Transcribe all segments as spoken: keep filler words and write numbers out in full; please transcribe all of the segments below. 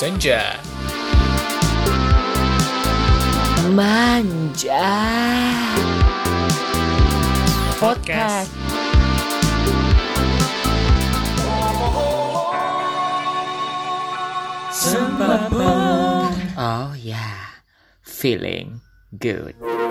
Senja. Manja Podcast. Sembabong. Oh ya, yeah. Feeling good.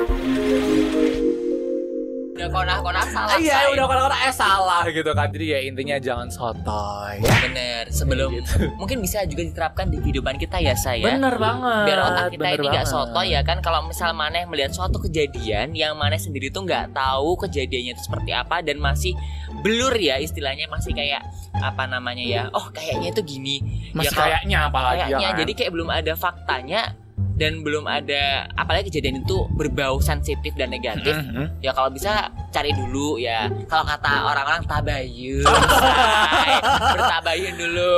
Udah konah-konah salah. Iya, udah konah-konah eh salah gitu kan. Jadi ya intinya jangan sotoy. Bener. Sebelum gitu. Mungkin bisa juga diterapkan di kehidupan kita ya saya. Bener banget. Biar otak kita bener ini nggak banget. sotoy ya kan. Kalau misal Maneh melihat suatu kejadian yang Maneh sendiri tuh nggak tahu kejadiannya itu seperti apa dan masih blur ya istilahnya, masih kayak apa namanya ya. Oh kayaknya itu gini. Masih ya, kalau- kayaknya apalagi kayaknya ya kan? jadi kayak belum ada faktanya dan belum ada, apalagi kejadian itu berbau sensitif dan negatif. Mm-hmm. Ya kalau bisa cari dulu ya. Kalau kata orang-orang tabayun, say. Bertabayun dulu.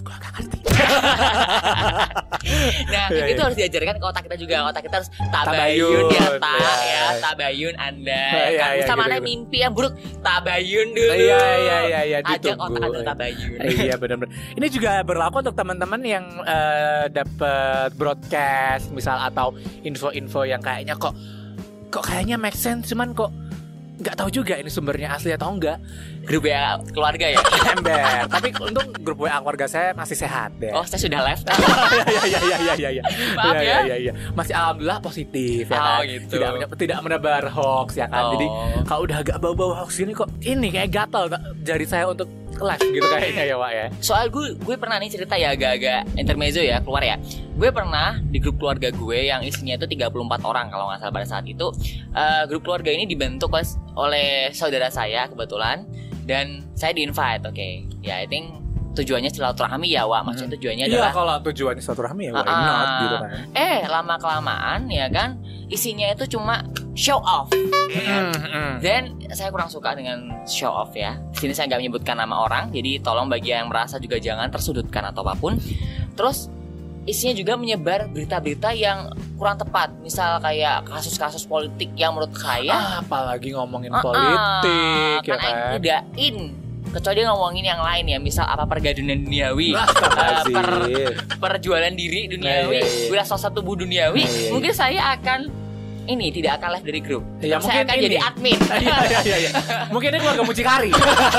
Nah Iya, itu iya. harus diajarkan ke otak kita juga. Otak kita harus tabayun Tabayun, di atas iya, ya, iya. tabayun anda. Iya, Ya kan? iya, Bisa mana gitu-gitu. mimpi yang buruk, tabayun dulu. Iya iya iya iya Ajak ditunggu. otak anda tabayun. Iya benar-benar. Ini juga berlaku untuk teman-teman yang eh, dapat broadcast misal atau info-info yang kayaknya kok kok kayaknya make sense cuman kok nggak tahu juga ini sumbernya asli atau enggak. Grup ya keluarga ya. Ember. Tapi untung grup W A keluarga saya masih sehat deh. Oh saya sudah left. Iya iya iya iya iya iya. Maaf Iya, ya. iya, iya. Masih alhamdulillah positif ya Oh, kan. gitu. Tidak menye- tidak menebar hoax ya kan. Oh. Jadi kalau udah agak bau-bau hoax ini kok ini kayak gatal jari saya untuk live gitu kayaknya ya Wak ya. Soal gue, gue pernah nih cerita ya agak-agak intermezzo ya keluar ya. Gue pernah di grup keluarga gue yang isinya itu tiga puluh empat orang kalau nggak salah pada saat itu. Uh, grup keluarga ini dibentuk oleh, oleh saudara saya kebetulan dan saya di-invite, oke. Okay. Ya, I think tujuannya silaturahmi ya, Wak. Maksudnya tujuannya Iya adalah kalau tujuannya silaturahmi ya why Ah, not gitu kan. Eh, lama-kelamaan ya kan isinya itu cuma show off. Mm, mm. Dan saya kurang suka dengan show off ya. Di sini saya nggak menyebutkan nama orang, jadi tolong bagi yang merasa juga jangan tersudutkan atau apapun. Terus isinya juga menyebar berita-berita yang kurang tepat, misal kayak kasus-kasus politik yang menurut saya Ah, apalagi ngomongin ah, politik kan ya kan. tidak in. Kecuali dia ngomongin yang lain ya, misal apa pergaduhan duniawi, eh, per, perjualan diri duniawi, Iya, iya, iya. wiraswasta satu tubuh duniawi, Iya, iya, iya. mungkin saya akan ini tidak akan live dari grup. Ya, saya mungkin akan ini. jadi admin. Iya iya iya iya. Mungkin ini keluarga mucikari.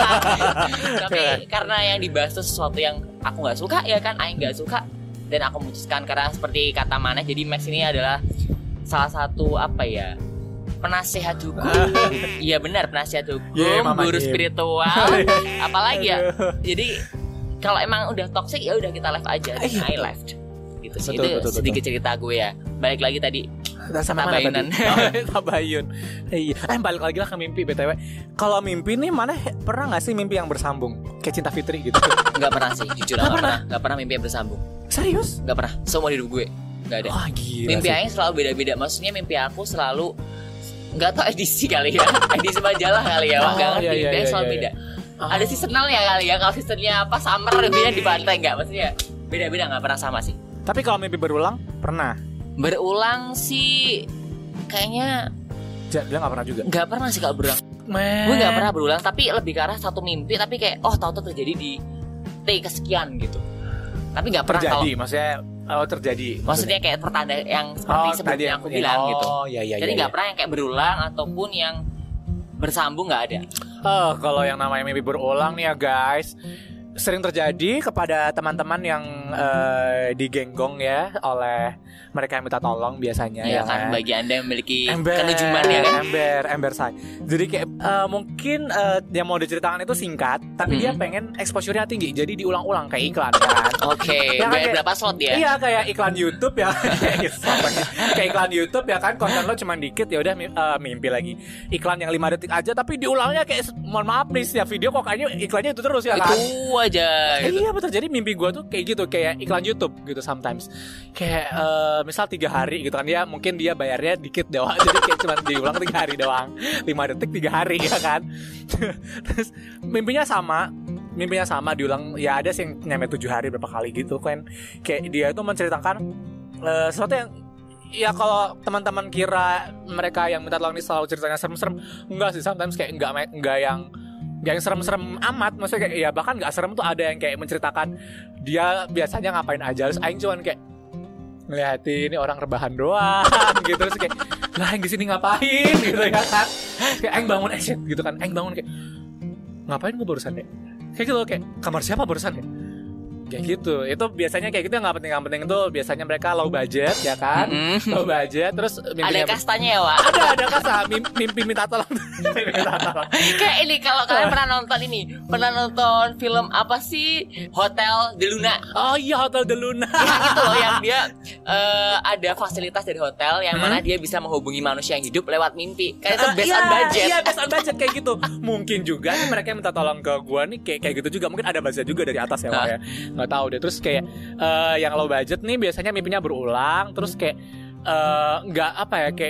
Tapi karena yang dibahas itu sesuatu yang aku nggak suka ya kan, Aing nggak suka dan aku memutuskan karena seperti kata Maneh, jadi Max ini adalah salah satu apa ya, penasehat hukum. Iya benar, penasehat hukum, Yeah, Mama guru Im. spiritual, apalagi ya. Jadi kalau emang udah toxic ya udah kita live aja. Dan I left. Gitu sih. Betul, Itu betul, sedikit cerita gue ya. Balik lagi tadi. Sama mana Tabayunan. tadi? Oh, tabayun. Iya. Eh balik lagi lah ke mimpi B T W. Kalau mimpi nih mana pernah nggak sih mimpi yang bersambung kayak Cinta Fitri gitu? Nggak pernah sih, jujur Nggak nggak pernah? pernah. Nggak pernah mimpi yang bersambung. Serius? Nggak pernah. Semua hidup gue nggak ada. Wah gila Mimpi sih. Aing selalu beda-beda. Maksudnya mimpi aku selalu nggak tau edisi kali ya, edisi majalah kali ya, Wak. Nggak Oh, ngerti. iya, iya, Mimpi Aing iya, selalu iya. beda. Oh. Ada seasonalnya kali ya. Kalau seasonnya apa summer, mimpinya di pantai nggak. Maksudnya beda-beda, nggak pernah sama sih. Tapi kalau mimpi berulang pernah? Berulang sih kayaknya Jangan bilang nggak pernah juga. nggak pernah sih kalau berulang. Men. Gue nggak pernah berulang, tapi lebih ke arah satu mimpi, tapi kayak oh tahu-tahu terjadi di T kesekian gitu. Tapi nggak pernah kalau terjadi, maksudnya oh terjadi. maksudnya kayak pertanda yang seperti Oh, tadi sebelumnya yang aku bilang oh, gitu. iya iya. Jadi iya, nggak iya. pernah yang kayak berulang ataupun yang bersambung, nggak ada. Oh, kalau yang namanya mimpi berulang nih ya guys, sering terjadi kepada teman-teman yang eh, digenggong ya oleh mereka yang minta tolong biasanya Ya, ya, kan bagi anda yang memiliki ember, kenujuman ya kan. ember, ember say. Jadi kayak eh, mungkin eh, yang mau diceritakan itu singkat, tapi Hmm. dia pengen exposure-nya tinggi, jadi diulang-ulang kayak iklan kan. Oke, Ya, bayar kayak- berapa slot ya? Iya kayak iklan YouTube ya, kayak iklan YouTube ya kan, konten lo cuma dikit ya udah mi- eh, mimpi lagi iklan yang lima detik aja, tapi diulangnya kayak se- mohon maaf nih setiap video kok kayaknya iklannya itu terus ya kan. Itu aja gitu. Iya betul, jadi mimpi gue tuh kayak gitu, kayak iklan YouTube gitu sometimes. Kayak eh, misal tiga hari gitu kan, dia mungkin dia bayarnya dikit doang, jadi kayak cuma diulang tiga hari doang, lima detik tiga hari ya kan. Terus mimpinya sama, mimpinya sama diulang ya, ada sih yang nyampe tujuh hari berapa kali gitu kan. Kayak dia itu menceritakan eh, sesuatu yang ya kalau teman-teman kira mereka yang minta tolong ini selalu ceritanya serem-serem, enggak sih, sometimes kayak enggak enggak yang Gak yang serem-serem amat, maksudnya kayak ya bahkan gak serem tuh ada yang kayak menceritakan dia biasanya ngapain aja, terus aing cuman kayak ngeliatin ini orang rebahan doang gitu, terus kayak lah aing di sini ngapain gitu ya kan, kayak aing bangun eh shit gitu kan, aing bangun kayak ngapain gue barusan deh, kayak gitu kayak kamar siapa barusan deh, kayak gitu. Itu biasanya kayak gitu yang nggak penting nggak penting itu biasanya mereka low budget ya kan, mm-hmm. low budget terus ada kastanya ya Wak. ada ada kasta mimpi, mimpi minta tolong minta tolong kayak ini kalau kalian pernah nonton ini pernah nonton film apa sih Hotel de Luna. Oh iya Hotel de Luna ya, gitu loh yang dia uh, ada fasilitas dari hotel yang hmm? mana dia bisa menghubungi manusia yang hidup lewat mimpi kayak itu based uh, on budget. Iya based on budget kayak gitu. Mungkin juga nih mereka yang minta tolong ke gua nih kayak kayak gitu juga, mungkin ada budget juga dari atas ya Wak ya, nggak tahu deh. Terus kayak uh, yang low budget nih biasanya mimpinya berulang, terus kayak nggak uh, apa ya kayak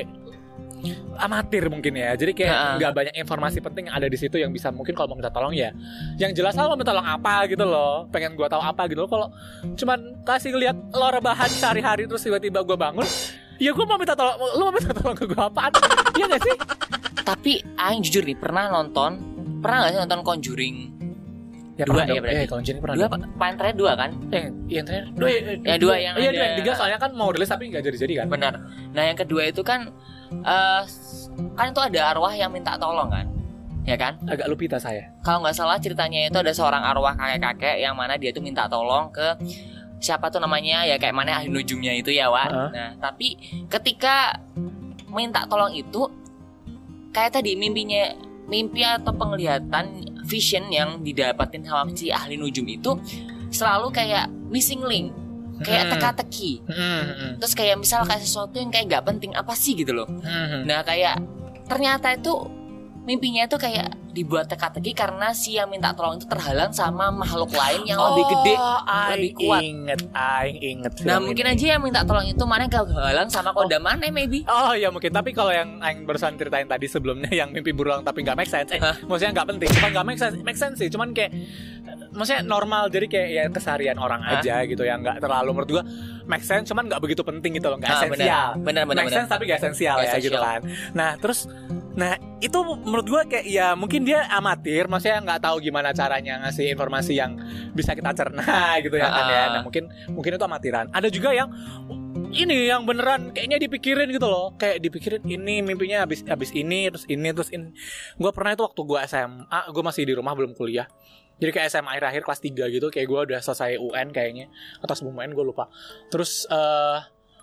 amatir mungkin ya, jadi kayak nggak uh. banyak informasi penting yang ada di situ yang bisa mungkin kalau mau minta tolong ya yang jelas lo mau minta tolong apa gitu loh, pengen gua tahu apa gitu loh. Kalau cuman kasih lihat lo rebahan sehari-hari terus tiba-tiba gua bangun ya gua mau minta tolong, lo mau minta tolong ke gua apaan? Iya nggak sih? Tapi aing jujur nih pernah nonton, pernah nggak sih nonton Conjuring? Ya, dua ya berarti. Eh, kalau Conjuring pernah. Dua apa? Paling terakhir dua kan? Yang yang terakhir dua. Ya, ya dua yang. Iya dua yang tiga soalnya kan mau rilis tapi nggak jadi-jadi kan. Benar. Nah yang kedua itu kan uh, kan itu ada arwah yang minta tolong kan, ya kan? Agak lupita saya. Kalau nggak salah ceritanya itu ada seorang arwah kakek-kakek yang mana dia tuh minta tolong ke siapa tuh namanya ya kayak mana ahli nujumnya itu ya Wak. Uh-huh. Nah tapi ketika minta tolong itu kayak tadi mimpinya mimpi atau penglihatan vision yang didapatin sama si ahli nujum itu selalu kayak missing link, kayak teka-teki. Hmm. Terus kayak misal kayak sesuatu yang kayak nggak penting apa sih gitu loh. Hmm. Nah kayak ternyata itu mimpinya itu kayak dibuat teka-teki karena si yang minta tolong itu terhalang sama makhluk lain yang oh, lebih gede, lebih kuat. Inget, aing inget. Nah mungkin ini. Aja yang minta tolong itu mana kehalang sama kodam oh. mana maybe. Oh ya mungkin. Tapi kalau yang aing barusan ceritain tadi sebelumnya yang mimpi berulang tapi nggak make sense, eh, maksudnya nggak penting, cuma nggak make sense, make sense sih, cuman kayak maksudnya normal, jadi kayak ya keseharian orang Hah? aja gitu yang nggak terlalu menurut gua make sense, cuman nggak begitu penting gitu loh, nggak ah, esensial. Benar, benar, make sense tapi nggak esensial ya essential. Gitu kan. Nah terus, nah itu menurut gua kayak ya mungkin dia amatir, maksudnya nggak tahu gimana caranya ngasih informasi yang bisa kita cerna gitu ya kan ya. Nah mungkin mungkin itu amatiran. Ada juga yang ini yang beneran kayaknya dipikirin gitu loh, kayak dipikirin ini mimpinya habis habis ini terus ini terus ini. Gua pernah itu waktu gua S M A, gua masih di rumah belum kuliah. Jadi kayak S M A akhir-akhir kelas tiga gitu, kayak gue udah selesai U N kayaknya, atau sebelum U N gue lupa. Terus uh,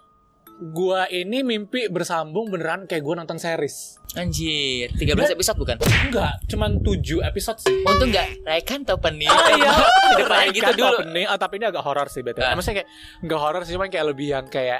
gue ini mimpi bersambung beneran kayak gue nonton series. Anjir, tiga belas episode bukan? Enggak, cuman tujuh episode sih. Untung enggak Raikan Topeni. Oh iya, depannya gitu dulu. Topeni, oh, tapi ini agak horor sih betul. Uh. Maksudnya kayak enggak horor sih, cuman kayak lebih yang kayak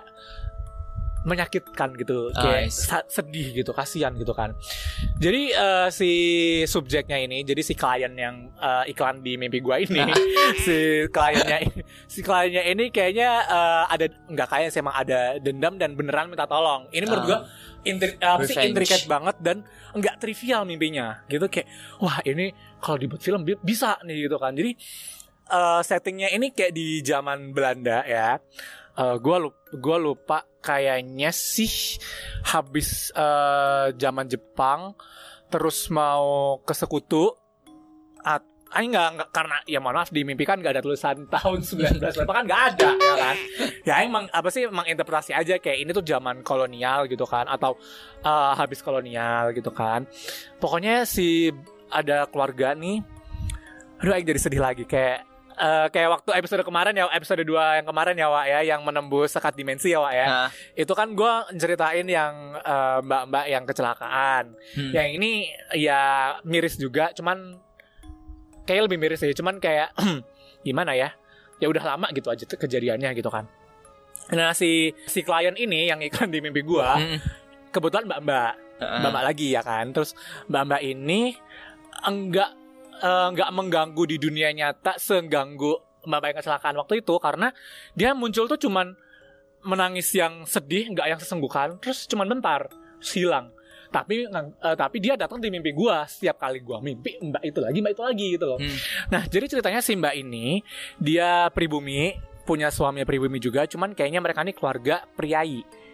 menyakitkan gitu, kayak oh, sedih gitu, kasihan gitu kan. Jadi uh, si subjeknya ini, jadi si klien yang uh, iklan di mimpi gua ini, si kliennya ini, si kliennya ini kayaknya uh, ada nggak kayak sih, emang ada dendam dan beneran minta tolong. Ini menurut gua intri, uh, sih intricate banget dan nggak trivial mimpinya, gitu kayak wah ini kalau dibuat film bisa nih gitu kan. Jadi uh, settingnya ini kayak di zaman Belanda ya. Uh, gue lupa, gua lupa kayaknya sih habis uh, zaman Jepang terus mau ke sekutu. At, Aing nggak nggak karena ya mohon maaf di mimpi kan nggak ada tulisan tahun sembilan belas berapa kan nggak ada ya kan. Ya Aing mang, apa sih menginterpretasi aja kayak ini tuh zaman kolonial gitu kan, atau uh, habis kolonial gitu kan. Pokoknya si ada keluarga nih. Aduh Aing jadi sedih lagi kayak Uh, kayak waktu episode kemarin ya, episode dua yang kemarin ya Wak ya, yang menembus sekat dimensi ya Wak ya. Nah. Itu kan gue ceritain yang uh, mbak-mbak yang kecelakaan. hmm. Yang ini ya miris juga, cuman kayak lebih miris sih, cuman kayak gimana ya, ya udah lama gitu aja tuh kejadiannya gitu kan. Nah si si klien ini yang iklan di mimpi gue hmm. kebetulan mbak-mbak uh-uh. mbak-mbak lagi ya kan. Terus mbak-mbak ini enggak nggak uh, mengganggu di dunia nyata sengganggu mbak yang kecelakaan waktu itu, karena dia muncul tuh cuman menangis yang sedih, nggak yang sesenggukan, terus cuman bentar hilang. Tapi uh, tapi dia datang di mimpi gue setiap kali gue mimpi mbak itu lagi mbak itu lagi gitu loh. hmm. Nah jadi ceritanya si mbak ini dia pribumi, punya suami pribumi juga, cuman kayaknya mereka ini keluarga priai.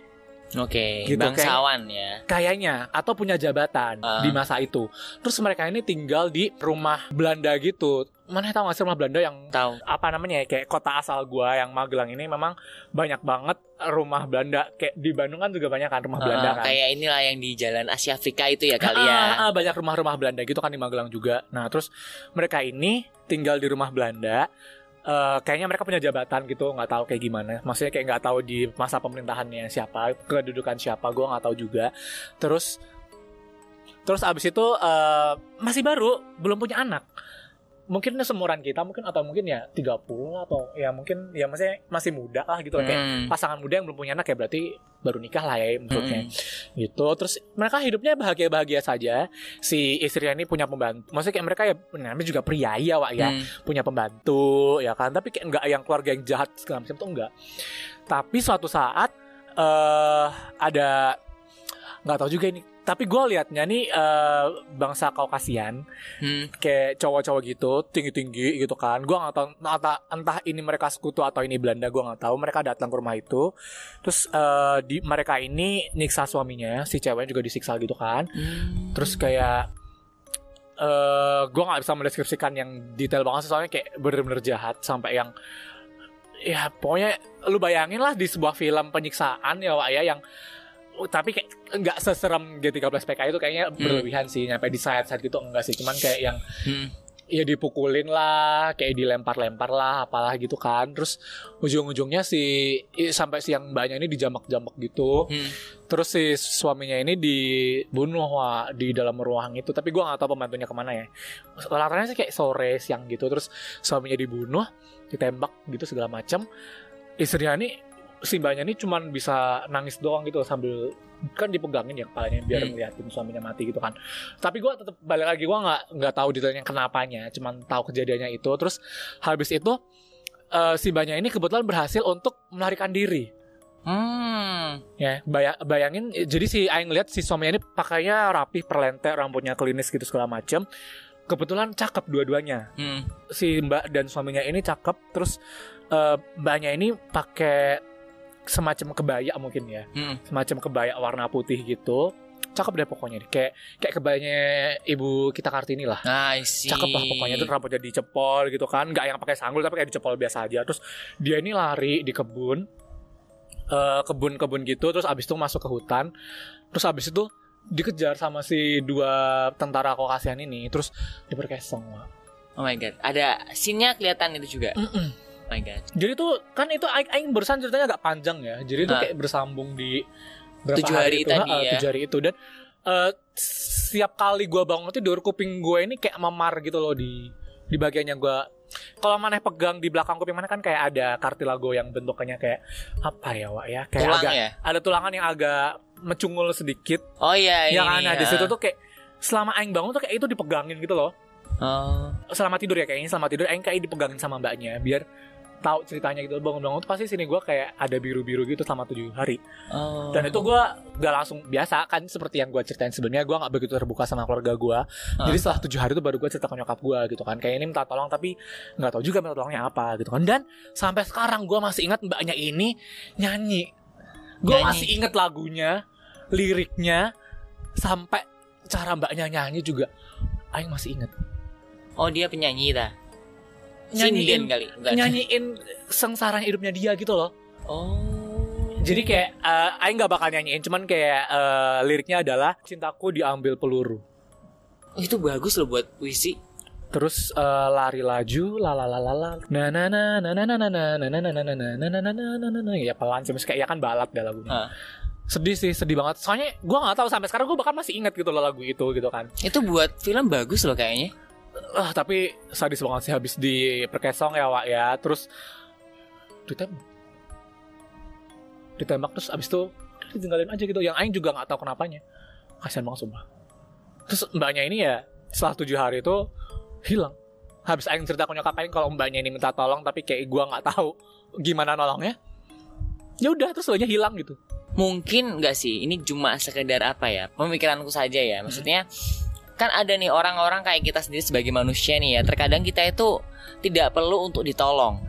Oke, Gitu, bangsawan ya. kayaknya, atau punya jabatan Ah. di masa itu. Terus mereka ini tinggal di rumah Belanda gitu. Mana tahu nggak sih rumah Belanda yang Tahu. apa namanya ya, kayak kota asal gua yang Magelang ini memang banyak banget rumah Belanda. Kayak di Bandung kan juga banyak kan rumah Belanda Ah, kan. kayak inilah yang di Jalan Asia Afrika itu ya kali Ah, ya. ah, banyak rumah-rumah Belanda gitu kan di Magelang juga. Nah terus mereka ini tinggal di rumah Belanda. Eh, kayaknya mereka punya jabatan gitu, nggak tahu kayak gimana. Maksudnya kayak nggak tahu di masa pemerintahannya siapa, kedudukan siapa, gue nggak tahu juga. Terus, terus abis itu eh, masih baru, belum punya anak. Mungkin seumuran kita, mungkin atau mungkin ya tiga puluh lah, atau ya mungkin ya maksudnya masih muda lah gitu. Kayak Hmm. pasangan muda yang belum punya anak ya berarti baru nikah lah ya maksudnya. Hmm. Gitu. Terus mereka hidupnya bahagia-bahagia saja. Si istrinya ini punya pembantu. Maksudnya kayak mereka ya namanya juga pria ya, Wak ya. Hmm. Punya pembantu ya kan, tapi kayak enggak yang keluarga yang jahat segala macam tuh enggak. Tapi suatu saat eh ada, nggak tahu juga ini, tapi gue liatnya nih eh, bangsa Kaukasian Hmm. kayak cowok-cowok gitu tinggi-tinggi gitu kan. Gue nggak tahu entah, entah ini mereka sekutu atau ini Belanda, gue nggak tahu. Mereka datang ke rumah itu, terus eh, di mereka ini nyiksa suaminya, si ceweknya juga disiksa gitu kan. Hmm. Terus kayak eh gue nggak bisa mendeskripsikan yang detail banget sih, soalnya kayak bener-bener jahat sampai yang ya pokoknya lu bayangin lah di sebuah film penyiksaan ya Wak ya, yang tapi kayak nggak seserem G tiga belas P K itu, kayaknya berlebihan sih, nyampe di side-side gitu enggak sih, cuman kayak yang Hmm. ya dipukulin lah, kayak dilempar-lempar lah, apalah gitu kan. Terus ujung-ujungnya si i- sampai si yang mbaknya ini dijamak-jamak gitu. Hmm. Terus si suaminya ini dibunuh Wak, di dalam ruang itu. Tapi gue nggak tahu pembantunya kemana ya. Latarnya sih kayak sore siang gitu. Terus suaminya dibunuh, ditembak gitu segala macam. Istrinya ini, si mbaknya ini cuman bisa nangis doang gitu sambil kan dipegangin ya kepalanya biar Hmm. ngeliatin suaminya mati gitu kan. Tapi gue tetap balik lagi, gue nggak nggak tahu detailnya kenapanya, cuman tahu kejadiannya itu. Terus habis itu eh, si mbaknya ini kebetulan berhasil untuk melarikan diri. Hmm. Ya, baya- bayangin, jadi si Aing ngeliat si suaminya ini pakainya rapih, perlente, rambutnya klinis gitu segala macam. Kebetulan cakep dua-duanya. Hmm. Si mbak dan suaminya ini cakep. Terus eh, mbaknya ini pakai semacam kebaya mungkin ya, Hmm. semacam kebaya warna putih gitu. Cakep deh pokoknya, kayak kayak kebayanya ibu kita Kartini lah. I see. Cakep lah pokoknya, itu rambutnya dicepol gitu kan, nggak yang pakai sanggul tapi kayak dicepol biasa aja. Terus dia ini lari di kebun, eh, kebun-kebun gitu. Terus abis itu masuk ke hutan. Terus abis itu dikejar sama si dua tentara Kaukasian ini. Terus diperkesong Wak. Oh my god. Ada scene-nya kelihatan itu juga. Mm-mm. Oh my god. Jadi tuh kan itu Aing, Aing barusan ceritanya agak panjang ya. Jadi itu Hah. kayak bersambung di berapa Tujuh hari itu, tadi ha, ya. tujuh hari itu. Dan eh, setiap kali gue bangun tidur, kuping gue ini kayak memar gitu loh di di bagiannya gue. Kalau maneh pegang di belakang kuping mana kan kayak ada kartilago yang bentuknya kayak apa ya Wak ya, kayak Tulang agak ya? ada tulangan yang agak mecungul sedikit. Oh iya, ini. Ya kan, nah di ya. situ tuh kayak selama Aing bangun tuh kayak itu dipegangin gitu loh. Oh. Selama tidur ya kayaknya, selama tidur Aing kayak dipegangin sama mbaknya biar tahu ceritanya gitu. Bangun-bangun tuh pasti sini gue kayak ada biru-biru gitu selama tujuh hari. Oh. Dan itu gue gak langsung biasa kan, seperti yang gue ceritain sebelumnya, gue gak begitu terbuka sama keluarga gue. Jadi setelah tujuh hari itu baru gue cerita ke nyokap gue gitu kan, kayak ini minta tolong tapi gak tahu juga minta tolongnya apa gitu kan. Dan sampai sekarang gue masih ingat mbaknya ini nyanyi. Gue Nyanyi. masih ingat lagunya, liriknya, sampai cara mbaknya nyanyi juga Aing masih ingat. Oh, dia penyanyi ta? Nyanyiin- Sinden kali. Enggak. Nyanyiin sengsaranya hidupnya dia gitu loh. Oh. Jadi kayak eh, Aing gak bakal nyanyiin, cuman kayak eh, liriknya adalah cintaku diambil peluru. Oh, itu bagus loh buat puisi. Terus eh, lari laju, la la la la la, na na na na na na na na na na na na na na na na na na na, ya pelan sih, kayak ya kan balad dah lagunya. Ah. Sedih sih, sedih banget. Soalnya gue nggak tahu sampai sekarang gue bahkan masih ingat gitu loh lagu itu gitu kan. Itu buat film bagus loh kayaknya. Ah tapi sadis banget sih, habis diperkesong ya Wak ya. Terus ditembak, ditembak terus abis itu ditinggalin aja gitu. Yang Aing juga nggak tahu kenapanya. Kasian banget sumpah. Terus mbaknya ini ya setelah tujuh hari itu hilang. Habis Aing cerita ke nyokap Aing kalau mbaknya ini minta tolong, tapi kayak gue nggak tahu gimana nolongnya. Ya udah terus dia hilang gitu. Mungkin enggak sih, ini cuma sekedar apa ya, pemikiranku saja ya. Maksudnya kan ada nih orang-orang kayak kita sendiri sebagai manusia nih ya, terkadang kita itu tidak perlu untuk ditolong.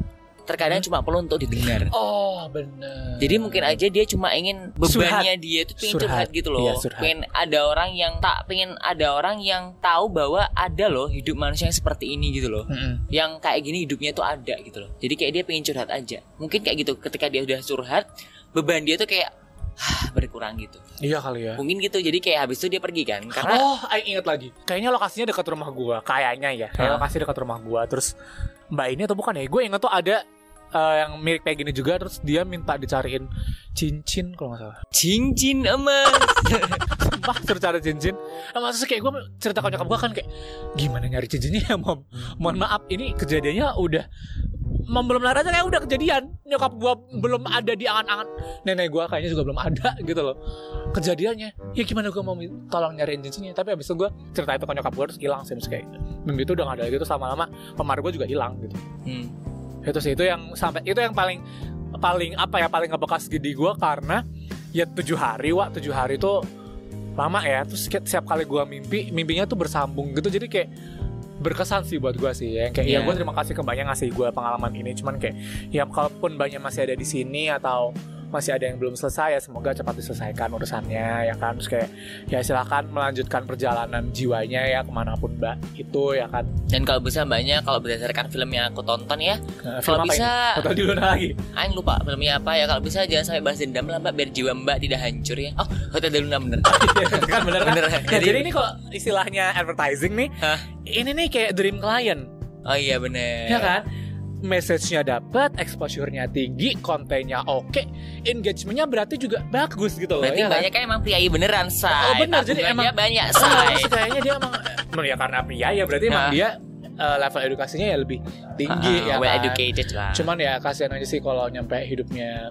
terkadang Hmm. cuma perlu untuk didengar. Oh benar. Jadi mungkin aja dia cuma ingin bebannya Surhat. dia itu pengen Surhat. curhat gitu loh. Iya, surhat. Pengen ada orang yang tak pengen ada orang yang tahu bahwa ada loh hidup manusia yang seperti ini gitu loh. Mm-mm. Yang kayak gini hidupnya tuh ada gitu loh. Jadi kayak dia pengen curhat aja. Mungkin kayak gitu ketika dia udah curhat, beban dia tuh kayak ah, berkurang gitu. Iya kali ya. Mungkin gitu. Jadi kayak habis itu dia pergi kan. Karena Oh, I ingat lagi. Kayaknya lokasinya dekat rumah gua. Kayaknya ya. Kayak Hah? lokasi dekat rumah gua. Terus Mbak ini atau bukan ya? Gue ingat tuh ada eh, yang mirip kayak gini juga. Terus dia minta dicariin cincin kalau nggak salah. cincin emas. Sumpah suruh cari cincin. Nah, maksudnya kayak gue cerita ke nyokap gue kan kayak gimana nyari cincinnya ya mom. Mohon maaf ini kejadiannya udah Mom belum lahir aja kayak udah kejadian. Nyokap gue belum ada di angan-angan. Nenek gue kayaknya juga belum ada gitu loh kejadiannya. Ya gimana gue mau min- tolong nyariin cincinnya. Tapi abis itu gue cerita itu ke nyokap gue terus hilang sih. Terus kayak mimpi itu udah gak ada lagi. Terus lama-lama pemar gue juga hilang gitu. Hmm. Itu sih itu yang sampai itu yang paling paling apa ya paling ngebekas di gue karena ya tujuh hari wak tujuh hari itu lama ya. Terus kayak setiap kali gue mimpi mimpinya tuh bersambung gitu. Jadi kayak berkesan sih buat gue sih ya kayak Yeah. ya gue terima kasih ke Mbaknya ngasih gue pengalaman ini. Cuman kayak ya kalaupun Mbaknya masih ada di sini atau masih ada yang belum selesai ya semoga cepat diselesaikan urusannya ya kan. Terus kayak ya silakan melanjutkan perjalanan jiwanya ya kemanapun Mbak itu ya kan. Dan kalau bisa mbaknya kalau berdasarkan film yang aku tonton ya, Nah, kalau film apa bisa ini? Hotel di Luna lagi. Aing lupa filmnya apa ya. Kalau bisa jangan sampai bahas dendam lah mbak, biar jiwa mbak tidak hancur ya. Oh, Hotel de Luna bener. kan bener kan? Bener. Nah, Jadi- jadi, ini kalau istilahnya advertising nih, Hah? ini nih kayak dream client, Oh iya bener. ya kan? Message-nya dapat, exposure-nya tinggi, kontennya oke, engagement-nya berarti juga bagus gitu loh. Berarti ya mbaknya kan emang priai beneran say. Oh, bener, jadi Tabungannya emang- banyak kan? say. Ah, kayaknya dia emang, emang ya karena pria ya berarti emang Nah. dia eh, level edukasinya ya lebih tinggi Ah, ya well kan. educated lah. Cuman ya kasihan aja sih kalau nyampe hidupnya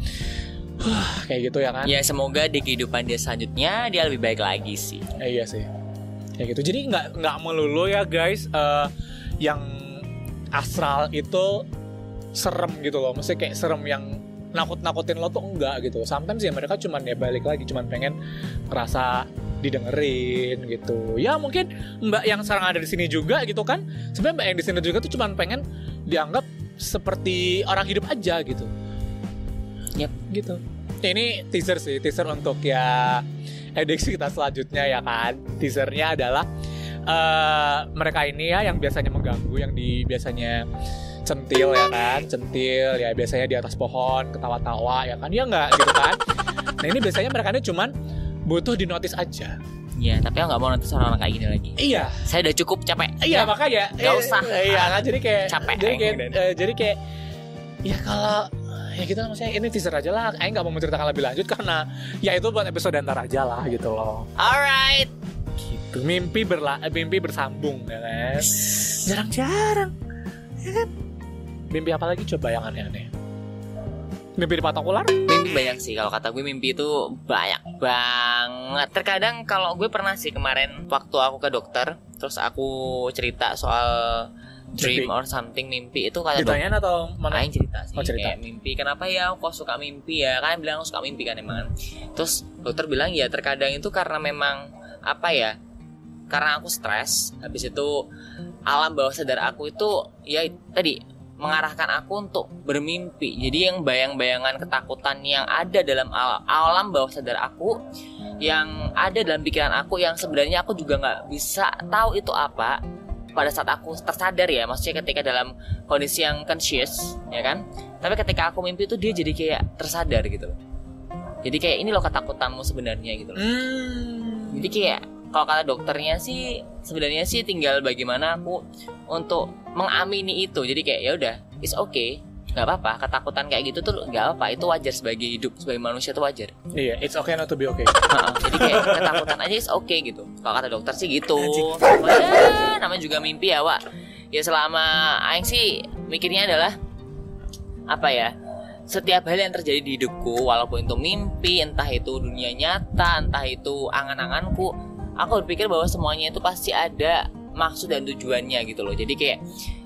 huh, kayak gitu ya kan. Ya semoga di kehidupan dia selanjutnya dia lebih baik lagi sih. Eh, iya sih, kayak gitu. Jadi nggak nggak melulu ya guys, eh, yang astral itu serem gitu loh. Maksudnya kayak serem yang nakut-nakutin lo tuh enggak gitu. Sometimes ya mereka cuman ya balik lagi, cuman pengen ngerasa didengerin gitu. Ya mungkin Mbak yang sekarang ada di sini juga gitu kan. Sebenarnya Mbak yang di sini juga tuh cuman pengen dianggap seperti orang hidup aja gitu. Yep. Gitu. Ini teaser sih, teaser untuk ya edisi kita selanjutnya ya kan. Teasernya adalah eh mereka ini ya yang biasanya mengganggu, yang di biasanya centil ya kan, centil ya biasanya di atas pohon ketawa-tawa ya kan, ya enggak gitu kan. Nah ini biasanya mereka ini cuman butuh di notice aja. Ya tapi aku nggak mau nanti orang kayak gini lagi. Iya, Saya udah cukup capek. iya makanya. Nggak eh, usah. Iya kan, jadi kayak Capek, Jadi kayak, Aing. eh, jadi kayak ya kalau ya gitu maksudnya ini teaser aja lah. Aing nggak mau menceritakan lebih lanjut karena ya itu buat episode antar aja lah gitu loh. Alright. Gitu. Mimpi berla, eh, mimpi bersambung ya kan. Jarang-jarang. Ya kan? Mimpi apa lagi coba yang aneh-aneh? Mimpi dipatok ular? Mimpi banyak sih, kalau kata gue mimpi itu banyak banget. Terkadang kalau gue pernah sih kemarin waktu aku ke dokter, terus aku cerita soal dream Mimpi. or something, mimpi itu kata dokter. Ditanyain atau mana? Aing cerita sih, Oh, cerita. kayak mimpi. Kenapa ya kok suka mimpi ya? Kalian bilang aku suka mimpi kan emang. Terus dokter bilang ya terkadang itu karena memang apa ya? Karena aku stres. Habis itu alam bawah sadar aku itu ya tadi mengarahkan aku untuk bermimpi. Jadi yang bayang-bayangan ketakutan yang ada dalam al- alam bawah sadar aku, yang ada dalam pikiran aku, yang sebenarnya aku juga nggak bisa tahu itu apa pada saat aku tersadar ya, maksudnya ketika dalam kondisi yang conscious ya kan. Tapi ketika aku mimpi itu dia jadi kayak tersadar gitu loh. Jadi kayak ini loh ketakutanmu sebenarnya gitu loh. Hmm. Jadi kayak kalau kata dokternya sih sebenarnya sih tinggal bagaimana aku untuk mengamini itu. Jadi kayak ya udah, it's okay, nggak apa-apa. Ketakutan kayak gitu tuh nggak apa-apa, itu wajar sebagai hidup, sebagai manusia itu wajar. Iya, it's okay not to be okay. Heeh, jadi kayak ketakutan aja it's okay gitu. Kalau kata dokter sih gitu. Ya, namanya juga mimpi ya, Wak. Ya selama aing sih mikirnya adalah apa ya? Setiap hal yang terjadi di hidupku, walaupun itu mimpi, entah itu dunia nyata, entah itu angan-anganku, aku berpikir bahwa semuanya itu pasti ada maksud dan tujuannya gitu loh. Jadi kayak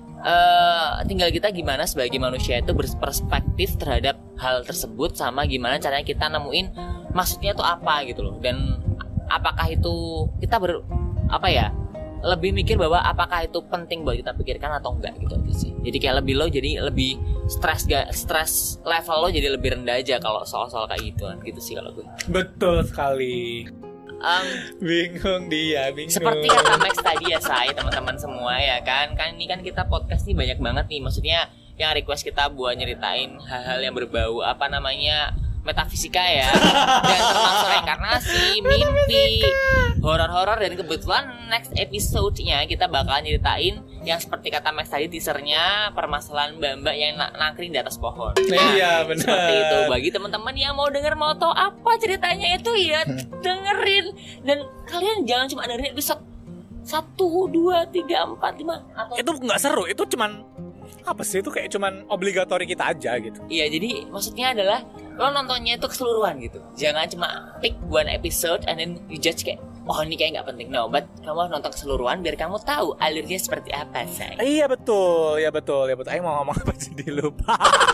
uh, tinggal kita gimana sebagai manusia itu berperspektif terhadap hal tersebut, sama gimana caranya kita nemuin maksudnya itu apa gitu loh. Dan apakah itu kita ber apa ya lebih mikir bahwa apakah itu penting buat kita pikirkan atau enggak gitu aja sih. Jadi kayak lebih low, jadi lebih stres gak stres level lo jadi lebih rendah aja kalau soal-soal kayak gituan gitu sih kalau gue. Betul sekali. Um, Bingung dia, bingung. Seperti kata Max tadi ya, saya teman-teman semua ya kan, kan ini kan kita podcast nih banyak banget nih, maksudnya yang request kita buat nyeritain hal-hal yang berbau apa namanya metafisika ya, dan termasuk reinkarnasi, mimpi, horor-horor, dan kebetulan next episode-nya kita bakal nyeritain yang seperti kata Max tadi teasernya permasalahan mbak-mbak yang na- nangkring di atas pohon. Nah, iya benar. Seperti itu. Bagi teman-teman yang mau denger mau tahu apa ceritanya itu ya dengerin, dan kalian jangan cuma dengerin episode satu, dua, tiga, empat, lima atau... Itu nggak seru, itu cuman apa sih, itu kayak cuman obligatori kita aja gitu. Iya, jadi maksudnya adalah lo nontonnya itu keseluruhan gitu. Jangan cuma pick one episode and then you judge kayak oh ini kayak nggak penting. No, but kamu nonton keseluruhan biar kamu tahu alurnya seperti apa, say. Iya betul, ya betul, ya betul. Ayo mau ngomong apa jadi lupa.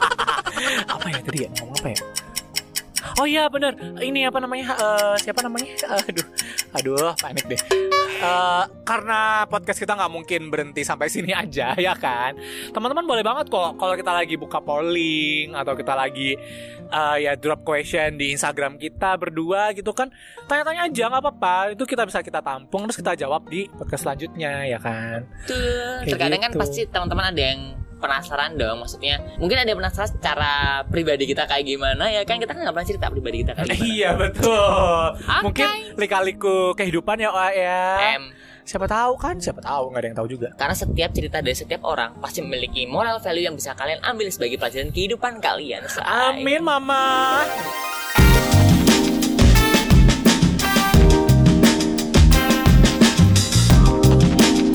Apa ya tadi ya? Ngomong apa ya? Oh iya benar. Ini apa namanya? Uh, siapa namanya? Aduh, aduh, panik deh. Uh, karena podcast kita nggak mungkin berhenti sampai sini aja, ya kan? Teman-teman boleh banget kok kalau kita lagi buka polling atau kita lagi uh, ya drop question di Instagram kita berdua gitu kan, tanya-tanya aja nggak apa-apa. Itu kita bisa kita tampung terus kita jawab di podcast selanjutnya, ya kan? Tuh, terkadang gitu. Kan pasti teman-teman ada yang penasaran dong, maksudnya mungkin ada yang penasaran secara pribadi kita kayak gimana ya kan, kita kan nggak pernah cerita pribadi kita kayak gimana. Iya betul. Okay. Mungkin lika-liku kehidupan ya Oa ya. M. Siapa tahu kan, siapa tahu, nggak ada yang tahu juga. Karena setiap cerita dari setiap orang pasti memiliki moral value yang bisa kalian ambil sebagai pelajaran kehidupan kalian. Say. Amin mama.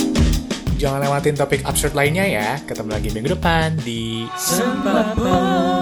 Jangan lewatin topik absurd lainnya ya. Ketemu lagi minggu depan di Sembako.